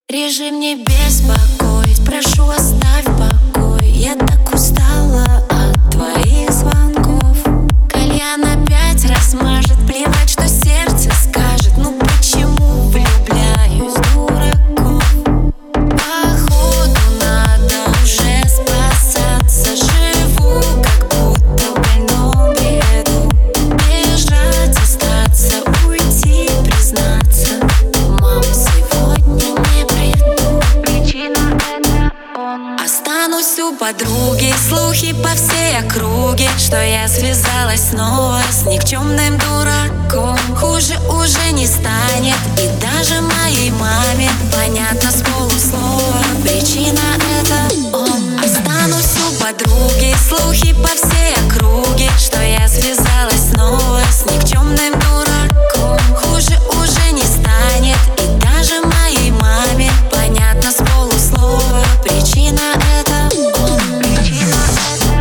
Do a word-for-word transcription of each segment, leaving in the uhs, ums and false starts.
Режим не беспокоить, прошу, оставь покой. Я так устала от твоих звонков. Кальян опять размажет, плевать, что сердце скажет. Ну почему влюбляюсь в дураков? Походу надо уже спасаться. Живу как будто в больном бреду. Бежать, остаться, уйти, признаться. Мам, сегодня не приду. Причина — это он. Останусь у подруги, слухи по всей округе, что я связалась снова с никчемным дураком. Хуже уже не станет, и даже моей маме понятно с полуслова. Причина — это он. Останусь у подруги, слухи по всей округе, что я связалась снова с никчемным дураком. Хуже уже не станет, и даже моей маме понятно с полуслова. Причина — это он. Причина — это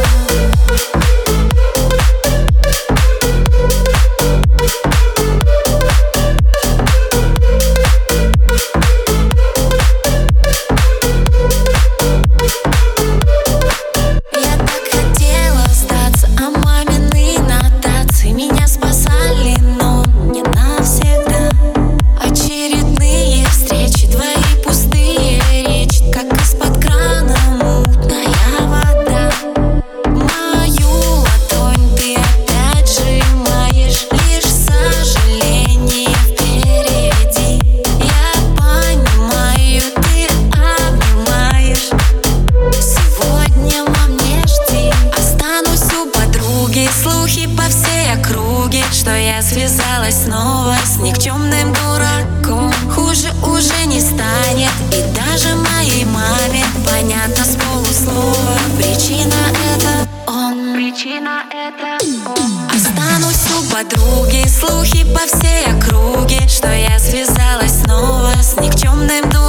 я так хотела сдаться, а мамины нотации меня спасали, но не навсегда. Очередные встречи, твои пустые речи, как из-под крана мутная вода. Мою ладонь ты опять сжимаешь, лишь сожаление впереди. Я понимаю, ты обнимаешь. Сегодня, мам, не жди. Останусь у подруги, слухи по всей округе, что я связалась снова с никчемным дураком. Хуже уже не станет, и даже моей маме понятно с полуслова. Причина — это он. Причина — это он. Останусь у подруги, слухи по всей округе, что я связалась снова с никчемным дураком.